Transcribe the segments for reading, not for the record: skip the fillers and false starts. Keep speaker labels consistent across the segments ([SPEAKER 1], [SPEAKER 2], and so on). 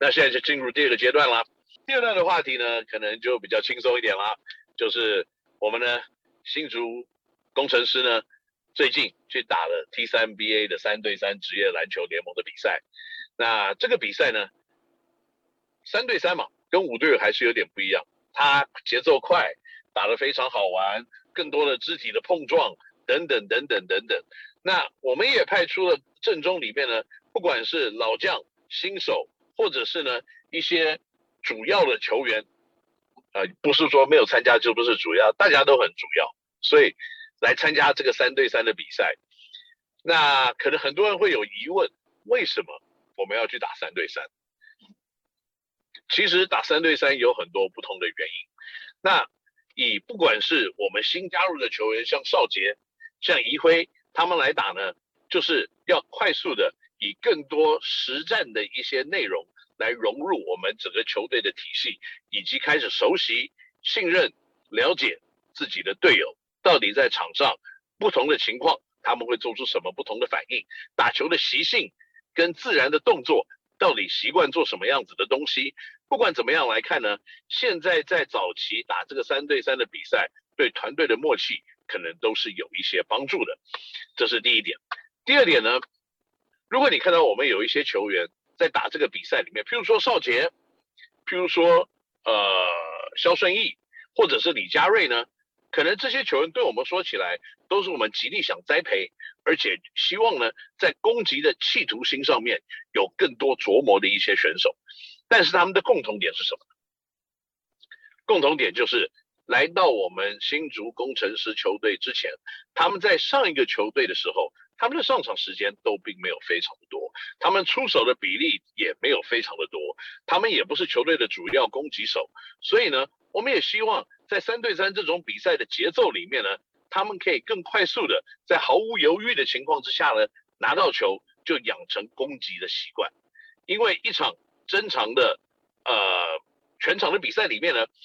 [SPEAKER 1] 那现在就进入第二个阶段了。第二段的话题呢，可能就比较轻松一点啦，就是我们呢新竹工程师呢最近去打了 T3BA 的3对3职业篮球联盟的比赛。那这个比赛呢，3对3嘛，跟5对5还是有点不一样，它节奏快，打得非常好玩，更多的肢体的碰撞等等等等等等。那我们也派出了阵中里面呢，不管是老将、新手，或者是呢一些主要的球员，不是说没有参加就不是主要，大家都很主要，所以来参加这个3对3的比赛。那可能很多人会有疑问，为什么我们要去打3对3？其实打3对3有很多不同的原因。那以不管是我们新加入的球员，像少杰、像怡辉，他们来打呢，就是要快速的以更多实战的一些内容来融入我们整个球队的体系，以及开始熟悉、信任、了解自己的队友到底在场上不同的情况，他们会做出什么不同的反应，打球的习性跟自然的动作到底习惯做什么样子的东西。不管怎么样来看呢，现在在早期打这个3对3的比赛，对团队的默契可能都是有一些帮助的，这是第一点。第二点呢，如果你看到我们有一些球员在打这个比赛里面，譬如说少杰，譬如说肖顺义，或者是李佳瑞呢，可能这些球员对我们说起来都是我们极力想栽培，而且希望呢在攻击的企图心上面有更多琢磨的一些选手。但是他们的共同点是什么？共同点就是来到我们新竹工程师球队之前，他们在上一个球队的时候，他们的上场时间都并没有非常的多，他们出手的比例也没有非常的多，他们也不是球队的主要攻击手。所以呢，我们也希望在3对3这种比赛的节奏里面呢，他们可以更快速的在毫无犹豫的情况之下呢，拿到球就养成攻击的习惯。因为一场正常的全场的比赛里面呢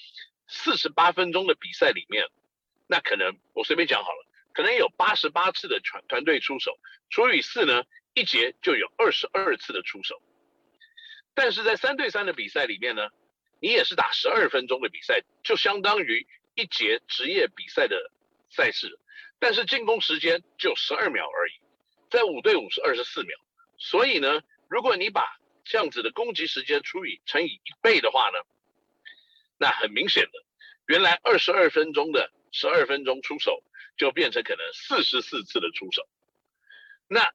[SPEAKER 1] ，48分钟的比赛里面，那可能我随便讲好了，可能有88次的团队出手，除以4呢，一节就有22次的出手。但是在3对3的比赛里面呢，你也是打12分钟的比赛，就相当于一节职业比赛的赛事，但是进攻时间只有12秒而已，在5对5是24秒。所以呢，如果你把这样子的攻击时间乘以1倍的话呢，那很明显的，原来22分钟的12分钟出手，就变成可能44次的出手。那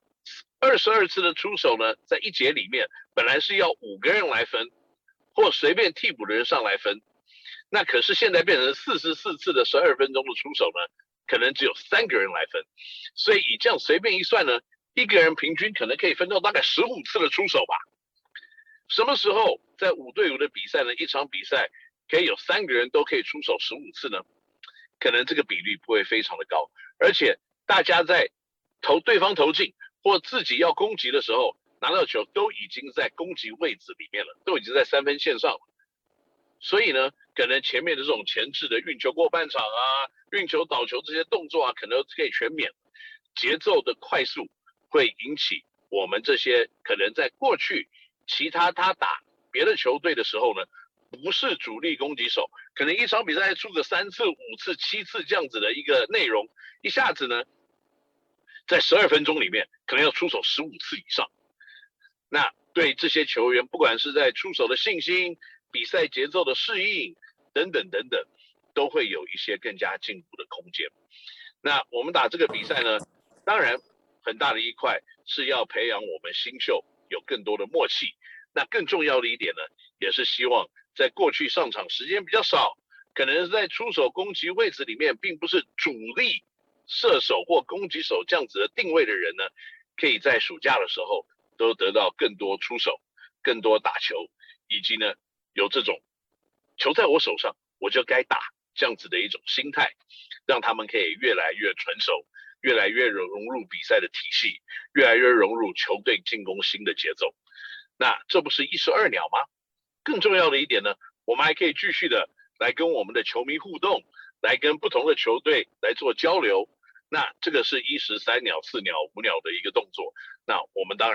[SPEAKER 1] 22次的出手呢，在一节里面本来是要5个人来分，或随便替补的人上来分，那可是现在变成44次的12分钟的出手呢，可能只有3个人来分。所以以这样随便一算呢，一个人平均可能可以分到大概15次的出手吧。什么时候在5对5的比赛呢？一场比赛可以有3个人都可以出手15次呢？可能这个比率不会非常的高，而且大家在对方投进或自己要攻击的时候，拿到球都已经在攻击位置里面了，都已经在3分线上了。所以呢，可能前面的这种前置的运球过半场啊、运球倒球这些动作啊，可能可以全免。节奏的快速会引起我们这些可能在过去其他打别的球队的时候呢，不是主力攻击手，可能一场比赛出个3次、5次、7次这样子的一个内容，一下子呢，在12分钟里面可能要出手15次以上。那对这些球员，不管是在出手的信心、比赛节奏的适应等等等等，都会有一些更加进步的空间。那我们打这个比赛呢，当然很大的一块是要培养我们新秀有更多的默契。那更重要的一点呢，也是希望在过去上场时间比较少，可能是在出手攻击位置里面并不是主力射手或攻击手这样子的定位的人呢，可以在暑假的时候都得到更多出手、更多打球，以及呢有这种球在我手上我就该打这样子的一种心态，让他们可以越来越成熟，越来越融入比赛的体系，越来越融入球队进攻新的节奏。那这不是一石二鸟吗？更重要的一点呢，我们还可以继续的来跟我们的球迷互动，来跟不同的球队来做交流。那这个是1石3鸟、4鸟、5鸟的一个动作。那我们当然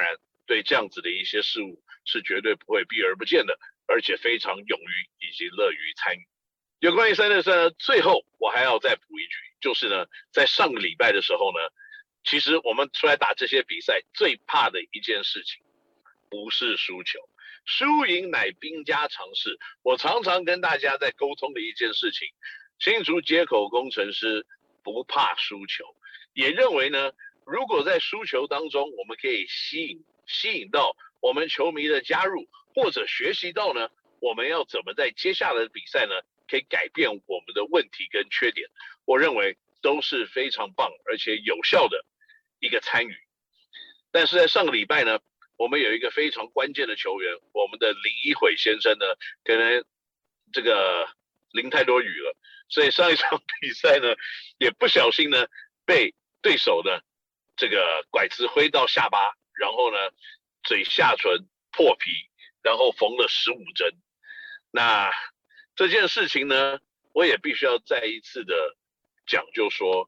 [SPEAKER 1] 对这样子的一些事物是绝对不会避而不见的，而且非常勇于以及乐于参与。有关于3对3呢，最后我还要再补一句，就是呢，在上个礼拜的时候呢，其实我们出来打这些比赛最怕的一件事情，不是输球，输赢乃兵家常事。我常常跟大家在沟通的一件事情，新竹街口工程师不怕输球，也认为呢，如果在输球当中，我们可以吸引到我们球迷的加入，或者学习到呢，我们要怎么在接下来的比赛呢，可以改变我们的问题跟缺点，我认为都是非常棒而且有效的一个参与。但是在上个礼拜呢，我们有一个非常关键的球员，我们的林一悔先生呢，可能这个淋太多雨了，所以上一场比赛呢，也不小心呢被对手呢这个拐子挥到下巴，然后呢嘴下唇破皮，然后缝了15针。那这件事情呢，我也必须要再一次的讲，就说，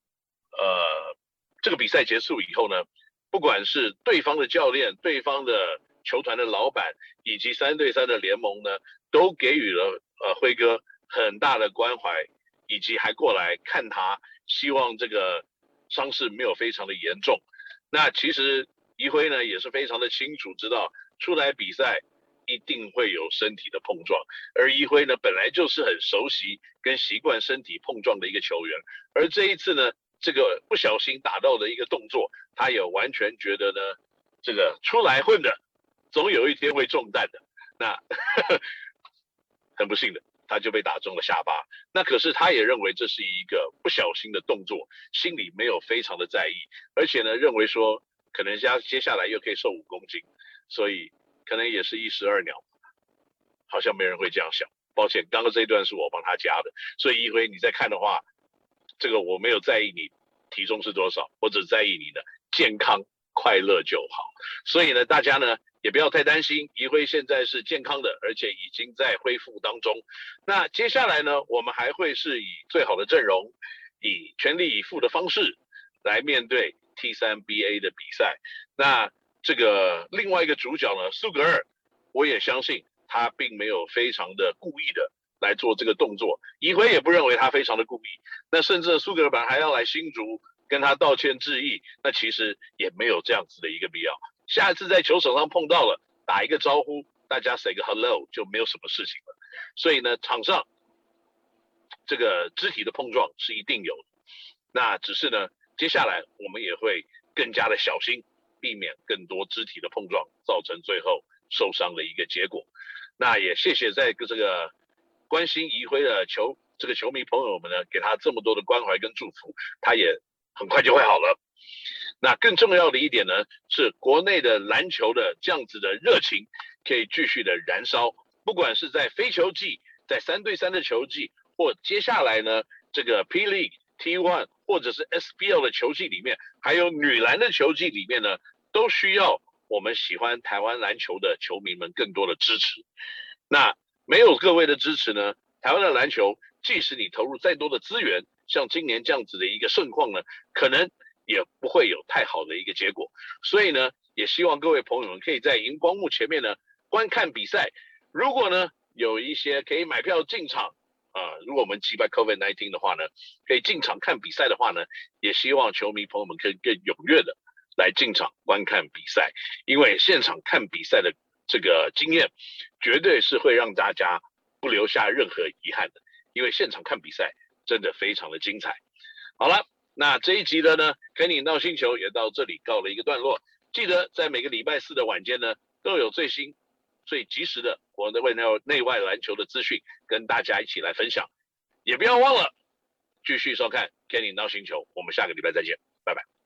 [SPEAKER 1] 这个比赛结束以后呢，不管是对方的教练、对方的球团的老板，以及3对3的联盟呢，都给予了辉哥很大的关怀，以及还过来看他，希望这个伤势没有非常的严重。那其实怡辉呢也是非常的清楚知道，出来比赛一定会有身体的碰撞，而怡辉呢本来就是很熟悉跟习惯身体碰撞的一个球员，而这一次呢，这个不小心打到的一个动作，他也完全觉得呢，这个出来混的，总有一天会中弹的。那很不幸的，他就被打中了下巴。那可是他也认为这是一个不小心的动作，心里没有非常的在意，而且呢，认为说可能接下来又可以瘦5公斤，所以可能也是一石二鸟。好像没人会这样想。抱歉，刚刚这一段是我帮他加的，所以一辉你再看的话，这个我没有在意你体重是多少，我只在意你的健康快乐就好。所以呢，大家呢也不要太担心，一辉现在是健康的，而且已经在恢复当中。那接下来呢，我们还会是以最好的阵容，以全力以赴的方式来面对 T3BA 的比赛。那这个另外一个主角呢，苏格尔，我也相信他并没有非常的故意的来做这个动作，一辉也不认为他非常的故意。那甚至苏格尔本还要来新竹跟他道歉致意，那其实也没有这样子的一个必要。下一次在球场上碰到了，打一个招呼，大家 say 个 hello 就没有什么事情了。所以呢，场上这个肢体的碰撞是一定有的。那只是呢，接下来我们也会更加的小心，避免更多肢体的碰撞造成最后受伤的一个结果。那也谢谢在这个关心怡辉的这个球迷朋友们呢，给他这么多的关怀跟祝福，他也很快就会好了。那更重要的一点呢，是国内的篮球的这样子的热情可以继续的燃烧，不管是在非球季，在3对3的球季，或接下来呢这个 P League、T1 或者是 SBL 的球季里面，还有女篮的球季里面呢，都需要我们喜欢台湾篮球的球迷们更多的支持。那没有各位的支持呢，台湾的篮球即使你投入再多的资源，像今年这样子的一个盛况呢，可能也不会有太好的一个结果。所以呢，也希望各位朋友们可以在荧光幕前面呢观看比赛。如果呢有一些可以买票进场如果我们击败 COVID-19 的话呢，可以进场看比赛的话呢，也希望球迷朋友们可以更踊跃的来进场观看比赛，因为现场看比赛的这个经验绝对是会让大家不留下任何遗憾的，因为现场看比赛真的非常的精彩。好了，那这一集的呢跟你闹星球也到这里告了一个段落。记得在每个礼拜四的晚间呢，都有最新最及时的我的内外篮球的资讯跟大家一起来分享，也不要忘了继续收看 Kenny 闹星球，我们下个礼拜再见，拜拜。